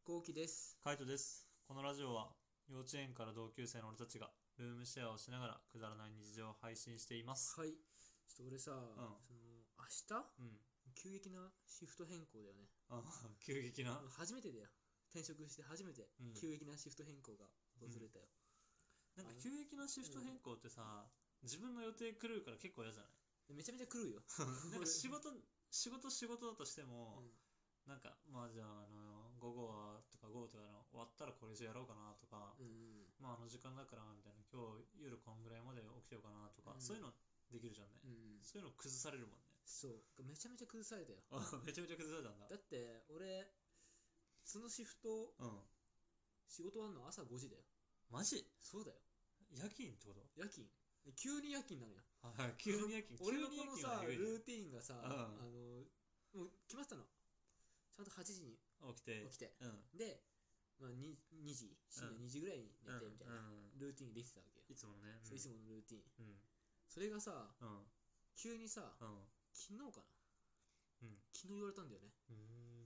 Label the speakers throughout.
Speaker 1: こうきです。
Speaker 2: カイトです。このラジオは幼稚園から同級生の俺たちがルームシェアをしながらくだらない日常を配信しています。
Speaker 1: はい。ちょっと俺さ、
Speaker 2: うん
Speaker 1: 明日
Speaker 2: うん。
Speaker 1: 急激なシフト変更だよね。
Speaker 2: 急激な。
Speaker 1: 初めてだよ。転職して初めて
Speaker 2: うん
Speaker 1: 急激なシフト変更が訪れたよ。
Speaker 2: なんか急激なシフト変更ってさ、自分の予定狂うから結構嫌じゃない？
Speaker 1: めちゃめちゃ来るよ。
Speaker 2: なんか仕事だとしても、
Speaker 1: うん
Speaker 2: なんかまあじゃあ午後はとか午後とか終わったらこれ以上やろうかなとか、
Speaker 1: うん
Speaker 2: まあ時間だからみたいな、今日夜こんぐらいまで起きてようかなとか、
Speaker 1: うん
Speaker 2: そういうのできるじゃんね。
Speaker 1: うん。
Speaker 2: そういうの崩されるもんね。
Speaker 1: そう。めちゃめちゃ崩されたよ。
Speaker 2: めちゃめちゃ崩されたんだ。
Speaker 1: だって俺そのシフト
Speaker 2: うん。
Speaker 1: 仕事終わるの朝5時だよ。
Speaker 2: マジ？
Speaker 1: そうだよ。
Speaker 2: 夜勤ってこと？
Speaker 1: 夜勤。急に夜勤なのよ。
Speaker 2: はい、急に夜勤。
Speaker 1: 俺の
Speaker 2: 急に夜
Speaker 1: このさ
Speaker 2: 勤は言う
Speaker 1: ルーティーンがさ、もう決まってたの。ちゃんと8時に
Speaker 2: 起きて。
Speaker 1: 起きて
Speaker 2: うん。
Speaker 1: で、2時、深夜2時ぐらいに寝てみたいなルーティンできてたわけよ。
Speaker 2: いつものね。
Speaker 1: いつものルーティン。
Speaker 2: うん。
Speaker 1: それがさ、
Speaker 2: うん。
Speaker 1: 急にさ、
Speaker 2: うん。
Speaker 1: 昨日かな
Speaker 2: うん。
Speaker 1: 昨日言われたんだよね。
Speaker 2: うん。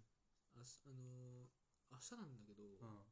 Speaker 1: 明日なんだけど、
Speaker 2: うん。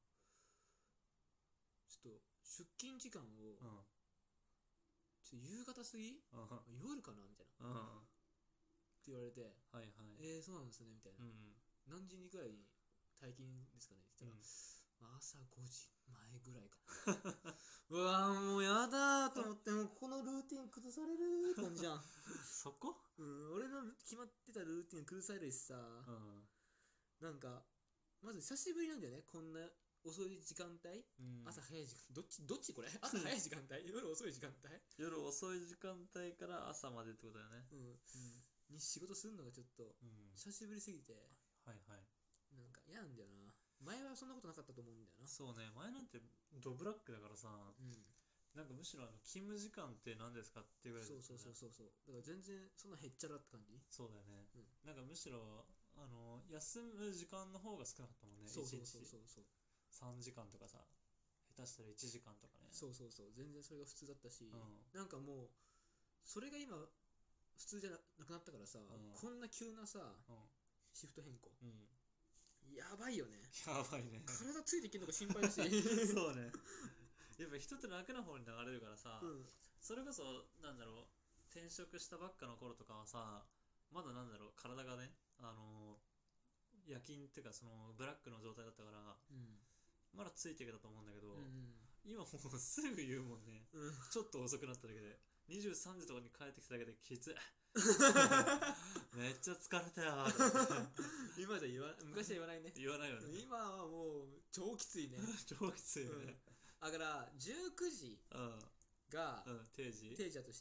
Speaker 1: ちょっと出勤時間を、
Speaker 2: うん。
Speaker 1: ちょっと夕方過ぎ
Speaker 2: うん。
Speaker 1: 夜かなみたいな。
Speaker 2: うん。
Speaker 1: って言われて、
Speaker 2: はいはい。
Speaker 1: そうなんですねみたいな。
Speaker 2: うん。
Speaker 1: 何時にくらいに退勤ですかねって言ったら、朝5時前ぐらいかな。うわーもうやだーと思って、もうこのルーティン崩される感じじゃん。
Speaker 2: そこ？
Speaker 1: 俺の決まってたルーティン崩されるしさ、
Speaker 2: うん。
Speaker 1: なんかまず久しぶりなんだよね、こんな遅い時間帯、
Speaker 2: うん。
Speaker 1: 朝早い時間、どっちこれ朝早い時間帯夜遅い時間帯
Speaker 2: 夜遅い時間帯から朝までってことだよね。
Speaker 1: に仕事するのがちょっと
Speaker 2: うん。
Speaker 1: 久しぶりすぎて、
Speaker 2: はいはい。
Speaker 1: なんか嫌なんだよな。前はそんなことなかったと思うんだよな。
Speaker 2: そうね、前なんてドブラックだからさ、なんかむしろ勤務時間って何ですかっていうぐらいだ
Speaker 1: そう
Speaker 2: ったよね。
Speaker 1: だから全然そんなへっちゃらって感じ。
Speaker 2: そうだよね。
Speaker 1: うん
Speaker 2: なんかむしろ休む時間の方が少なかったもんね。
Speaker 1: そう
Speaker 2: 1日
Speaker 1: そう
Speaker 2: 3時間とかさ、下手したら1時間とかね。
Speaker 1: 全然それが普通だったし、
Speaker 2: うん
Speaker 1: なんかもうそれが今普通じゃなくなったからさ、こんな急なさ
Speaker 2: うん
Speaker 1: シフト変更
Speaker 2: うん。
Speaker 1: やばいよね。
Speaker 2: やばいね。
Speaker 1: 体ついていけるのか心配だし。
Speaker 2: そうね。やっぱ人って楽な方に流れるからさ、それこそなんだろう、転職したばっかの頃とかはさ、まだなんだろう、体がね、夜勤っていうかそのブラックの状態だったから、まだついていけたと思うんだけど、今もうすぐ言うもんね。ちょっと遅くなっただけで23時とかに帰ってきただけできつい。めっちゃ疲れたよ
Speaker 1: 今じゃ昔は言わないね。
Speaker 2: 言わないよね。
Speaker 1: 今はもう超きついね。
Speaker 2: 超きついよね。
Speaker 1: だから19時が
Speaker 2: 定時
Speaker 1: だとして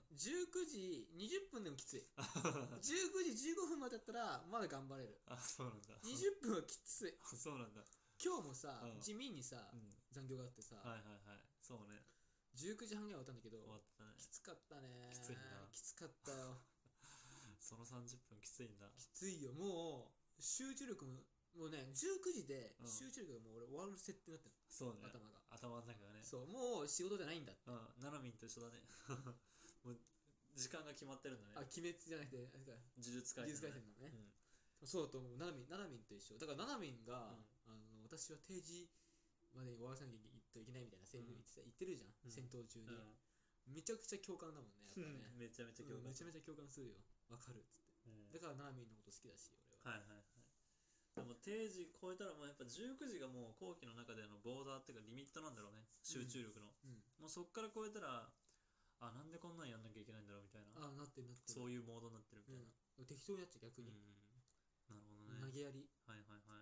Speaker 1: 、19時20分でもきつい。19時15分までだったらまだ頑張れる。
Speaker 2: あ、そうなんだ。
Speaker 1: 20分はきつい。
Speaker 2: あ、そうなんだ。
Speaker 1: 今日もさ、地味にさ、残業があってさ、
Speaker 2: はいはいはい。そうね。
Speaker 1: 19時半ぐらい終わったんだけど、
Speaker 2: 終わったね。
Speaker 1: きつかったね。
Speaker 2: きついんだ。
Speaker 1: きつかったよ。
Speaker 2: その30分きついんだ。
Speaker 1: きついよ。もう集中力もうね、19時で集中力がもう俺終わる設定になってる。
Speaker 2: そうね。
Speaker 1: 頭
Speaker 2: の中がね。
Speaker 1: そう、もう仕事じゃないんだって。
Speaker 2: ナナミンと一緒だね。もう時間が決まってるんだね。
Speaker 1: 鬼滅じゃなくて、呪術廻戦のね。そうだと思う。ナナミンと一緒。だからナナミンが、私は定時までに終わらせなきゃいけないみたいなセリフ言ってるじゃん、戦闘中に。めちゃくちゃ共感だもんね、やっぱね。
Speaker 2: めちゃめちゃ共感。
Speaker 1: めちゃめちゃ共感するよ。わかるっつって。だからナナミンのこと好きだし、
Speaker 2: 俺は。はいはいはい。でも定時超えたらもうやっぱ19時がもう後期の中でのボーダーっていうかリミットなんだろうね。集中力の。もうそっから超えたら、なんでこんなんやんなきゃいけないんだろうみたいな。
Speaker 1: なってる。
Speaker 2: そういうモードになってるみたいな。
Speaker 1: 適当にやっちゃ逆に。
Speaker 2: なるほどね。
Speaker 1: 投げやり。
Speaker 2: はいはいはい。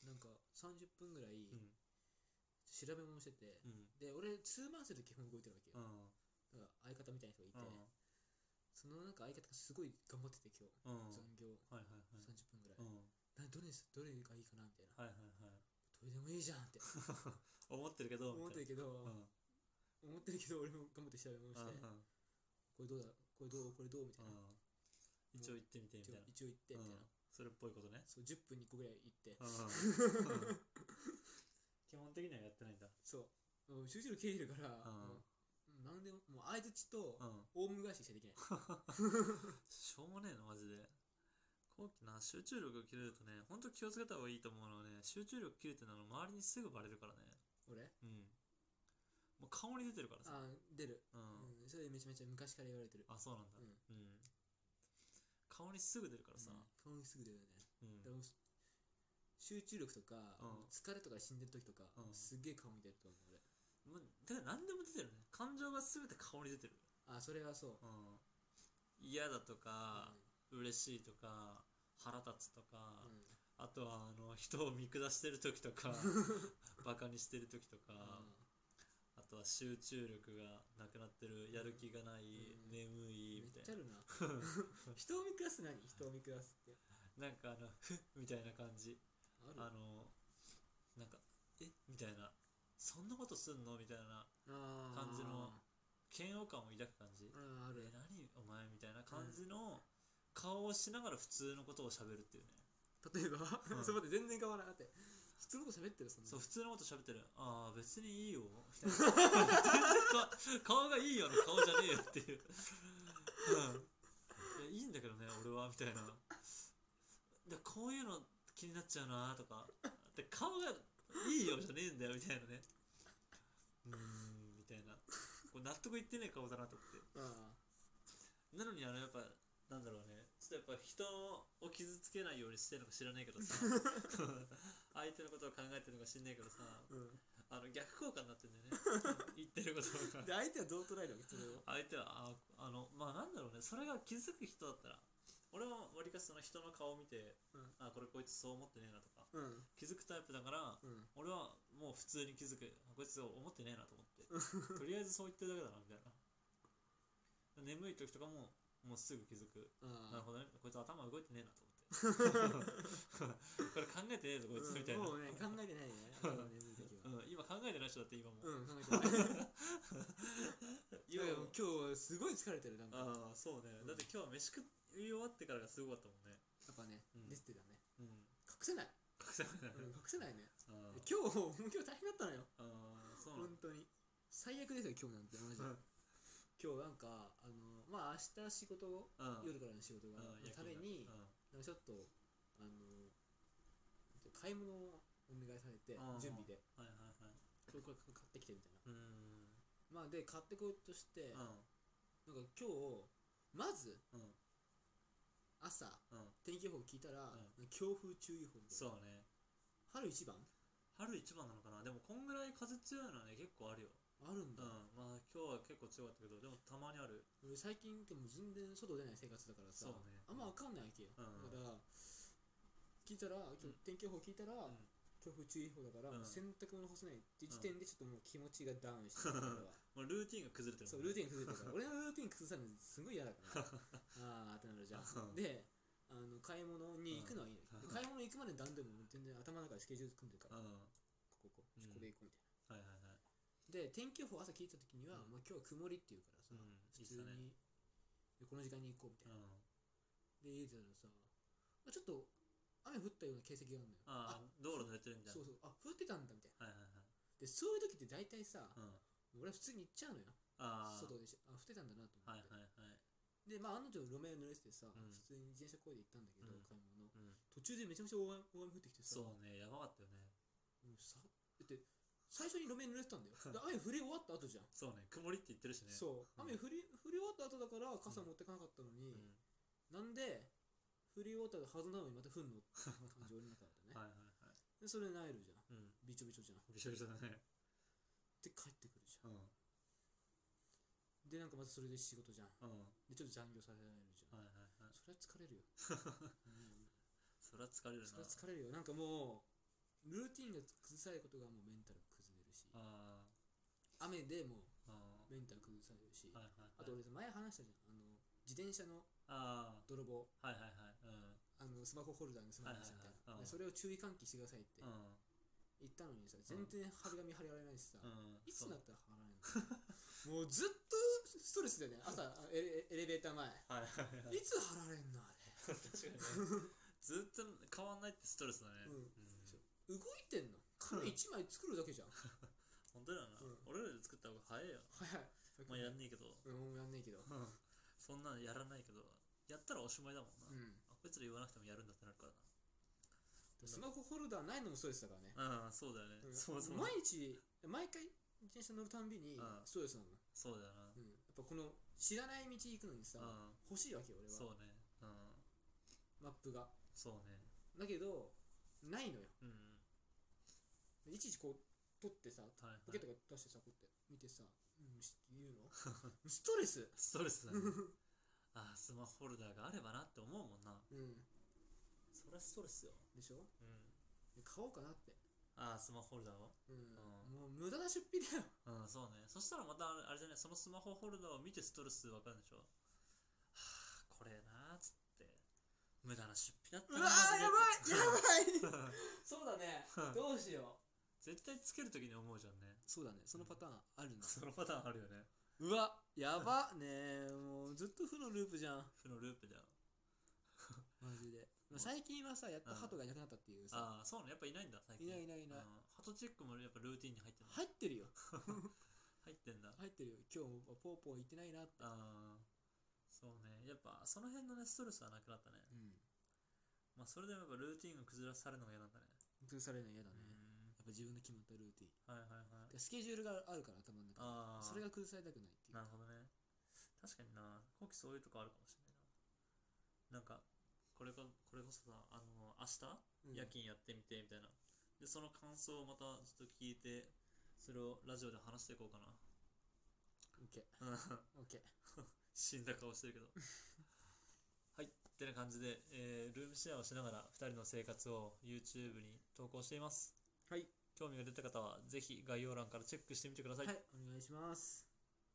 Speaker 1: なんか30分ぐらい調べ物してて、で俺ツーマンセルで基本動いてるわけよ。だから相方みたいな人がいて、そのなんか相方がすごい頑張ってて今日残業30分ぐらい。どれがいいかなみたいな。どれでもいいじゃんって
Speaker 2: 思ってるけど
Speaker 1: 俺も頑張って調べ物して、これどうみたいな。
Speaker 2: 一応行ってみてみたいな。
Speaker 1: 一応行ってみたいな。
Speaker 2: それっぽいことね。
Speaker 1: そう10分に1個ぐらい行って。
Speaker 2: 基本的にはやってないんだ。
Speaker 1: そう。集中力切れるから、なんでも相づちとオウム返ししかできない。
Speaker 2: しょうもねえのマジで。 後期な、集中力切れるとね、ほんと気をつけた方がいいと思うのはね、集中力切れてるの周りにすぐバレるからね。
Speaker 1: 俺
Speaker 2: もう顔に出てるからさ。
Speaker 1: 出る。それめちゃめちゃ昔から言われてる。
Speaker 2: そうなんだ。顔にすぐ出るからさ。
Speaker 1: 顔にすぐ出るよね。でも集中力とか、疲れとか死んでる時とか、すげえ顔に出ると思う俺。
Speaker 2: だから何でも出てるね。感情が全て顔に出てる。
Speaker 1: それはそう。
Speaker 2: 嫌だとか、嬉しいとか、腹立つとか、あとは人を見下してる時とかバカにしてる時とか、あとは集中力がなくなってる、やる気がない、眠いみたいな。
Speaker 1: めっちゃあるな人を見下す。何人を見下すって。
Speaker 2: なんかふっみたいな感じ。なんかみたいな、そんなことすんのみたいな感じの嫌悪感を抱く感じ。何お前みたいな感じの顔をしながら普通のことを喋るっていうね。
Speaker 1: 例えばそこで全然変わらなくて、普通のこと喋ってる。
Speaker 2: そう、普通のこと喋ってる。別にいいよみたいな全然顔がいいよの顔じゃねえよっていういいんだけどね俺はみたいな。こういうの気になっちゃうなとかで、顔がいいよじゃねえんだよみたいなね。みたいな、これ納得いってねえ顔だなと思って。なのにやっぱなんだろうね、ちょっとやっぱ人を傷つけないようにしてるのか知らないけどさ相手のことを考えてるのか知んないけどさ、逆効果になってんだよね言ってることが。
Speaker 1: で相手はどう捉えるわけ？それを
Speaker 2: 相手はなんだろうね、それが気づく人だったら、俺はわりかしその人の顔を見て、これこいつそう思ってねえなとか、気づくタイプだから、俺はもう普通に気づく、こいつそう思ってねえなと思ってとりあえずそう言ってるだけだなみたいな。眠い時とかもうすぐ気づく。なるほどね、こいつ頭動いてねえなと思ってこれ考えてねえぞこいつみたいな。
Speaker 1: もうね、考えてないね眠い時は。
Speaker 2: 今考えてない人だって今も。
Speaker 1: 考えてない今日すごい疲れてる。なんか
Speaker 2: そうね、だって今日は飯食い終わってからがすごかったもんね。
Speaker 1: やっぱね、レステだね。隠せない。
Speaker 2: 隠
Speaker 1: せないね。今日大変だったのよ。本当に最悪ですよ今日なんてマジで。今日なんか明日仕事、夜からの仕事がためにちょっと買い物をお願いされて、準備でこれ買ってきてみたいな。で買ってこようとして、なんか今日まず朝天気予報聞いたら強風注意報みたいな。
Speaker 2: そうね、
Speaker 1: 春一番
Speaker 2: なのかな。でもこんぐらい風強いのはね結構あるよ。
Speaker 1: あるんだ。
Speaker 2: 今日は結構強かったけど、でもたまにある。
Speaker 1: 俺最近でも全然外出ない生活だからさ、あんま分かんないわけよ。だから聞いたら、今日天気予報聞いたら強風注意報だから洗濯物干せないって時点でちょっともう気持ちがダウンしてるから
Speaker 2: もうルーティンが崩れてる。
Speaker 1: そう、ルーティン崩れてるから俺のルーティン崩されるのすごい嫌だからってなるじゃん。で買い物に行くのはいいのよ。買い物行くまで段でも全然頭の中でスケジュール組んでるから、これ行こうみたいな。で天気予報朝聞いた時には、今日は曇りっていうからさ、普通にこの時間に行こうみたいな。で家出たらさ、ちょっと雨降ったような形跡があるのよ。
Speaker 2: 道路濡れてるみたいな。
Speaker 1: そう降ってたんだみたいな。でそういう時って大体さ、俺は普通に行っちゃうのよ。外で降ってたんだなと思って。で案の定路面濡れててさ、普通に自転車こいで行ったんだけど、買い物途中でめちゃめちゃ大雨降ってきてさ。
Speaker 2: そうね、やばかったよね。
Speaker 1: だって最初に路面濡れてたんだよ。雨降り終わった後じゃん。
Speaker 2: そうね、曇りって言ってるしね。
Speaker 1: そう、雨降り終わった後だから傘持ってかなかったのに、なんで降り終わったはずなのにまた降んのって感じ俺の中だったね。でそれなえるじゃん。びちょびちょじゃん。
Speaker 2: びしょびしょだね。
Speaker 1: で帰ってくるじゃん。でなんかまたそれで仕事じゃん。でちょっと残業させられるじゃん。それは疲れるよ。
Speaker 2: それは疲れるな。
Speaker 1: それは疲れるよ。なんかもうルーティンが崩されることがもうメンタル崩れるし、雨でもメンタル崩されるし、あと俺前話したじゃん、自転車の泥棒、スマホホルダーにスマホにしたみたいな、それを注意喚起してくださいって言ったのにさ、全然張り紙貼られないしさ、いつになったら貼られるの？もうずっとストレスだよね。朝エレベーター前いつ貼られんのあれ。
Speaker 2: 確かにねずっと変わんないってストレスだね。
Speaker 1: 動いてんの紙1枚作るだけじゃん。
Speaker 2: 本当だよな。俺らで作った方が早いよ。まあやんねえけど。
Speaker 1: もうやんねえけど。
Speaker 2: そんなのやらないけど、やったらおしまいだもんな。 こいつら言わなくてもやるんだってなるからな。
Speaker 1: スマホホルダーないのもストレスだからね。
Speaker 2: そうだよね。
Speaker 1: そうそう。毎回自転車乗るたんびにストレスなの。
Speaker 2: そうだよな。
Speaker 1: やっぱこの知らない道行くのにさ、欲しいわけよ俺は。
Speaker 2: そうね。
Speaker 1: マップが。
Speaker 2: そうね。
Speaker 1: だけどないのよ。いちいちこう取ってさ、ポケットが出してさ、こうやって見てさ、言うのストレス。
Speaker 2: ストレスだね。スマホホルダーがあればなって思うもんな。それはストレスよ。
Speaker 1: でしょ。買おうかなって。
Speaker 2: スマホホルダーを。
Speaker 1: もう無駄な出費だよ。
Speaker 2: そうね。そしたらまたあれじゃない、そのスマホホルダーを見てストレスわかるでしょ。これなーっつって無駄な出費だったな。
Speaker 1: うわー、やばいそうだね。どうしよう。
Speaker 2: 絶対つけるときに思うじゃんね。
Speaker 1: そうだね。そのパターンあるんだ。
Speaker 2: そのパターンあるよね。
Speaker 1: うわ、やばねえ、もうずっと負のループじゃん。
Speaker 2: 負のループだよ。
Speaker 1: マジで。最近はさ、やっとハトがいなくなったっていうさ。
Speaker 2: そうね。やっぱいないんだ、最近。
Speaker 1: いない。
Speaker 2: ハトチェックもやっぱルーティンに入ってる。
Speaker 1: 入ってるよ。
Speaker 2: 入ってんだ。
Speaker 1: 入ってるよ。今日もポーポー言ってないなって。
Speaker 2: そうね。やっぱその辺のね、ストレスはなくなったね。それでもやっぱルーティンが崩されるのが嫌なんだね。
Speaker 1: 崩されるの嫌だね。やっぱ自分で決まったルーティ
Speaker 2: ン。
Speaker 1: スケジュールがあるから頭の中に。それが崩されたくないっていう。
Speaker 2: なるほどね。確かにな。後期そういうとこあるかもしれないな。なんかこれこそさ、明日、夜勤やってみてみたいな。でその感想をまたちょっと聞いて、それをラジオで話していこうかな。
Speaker 1: オッケー。
Speaker 2: 死んだ顔してるけど。はい、ってな感じで、ルームシェアをしながら2人の生活を YouTube に投稿しています。
Speaker 1: はい。
Speaker 2: 興味が出た方はぜひ概要欄からチェックしてみてください。
Speaker 1: はい、お願いします。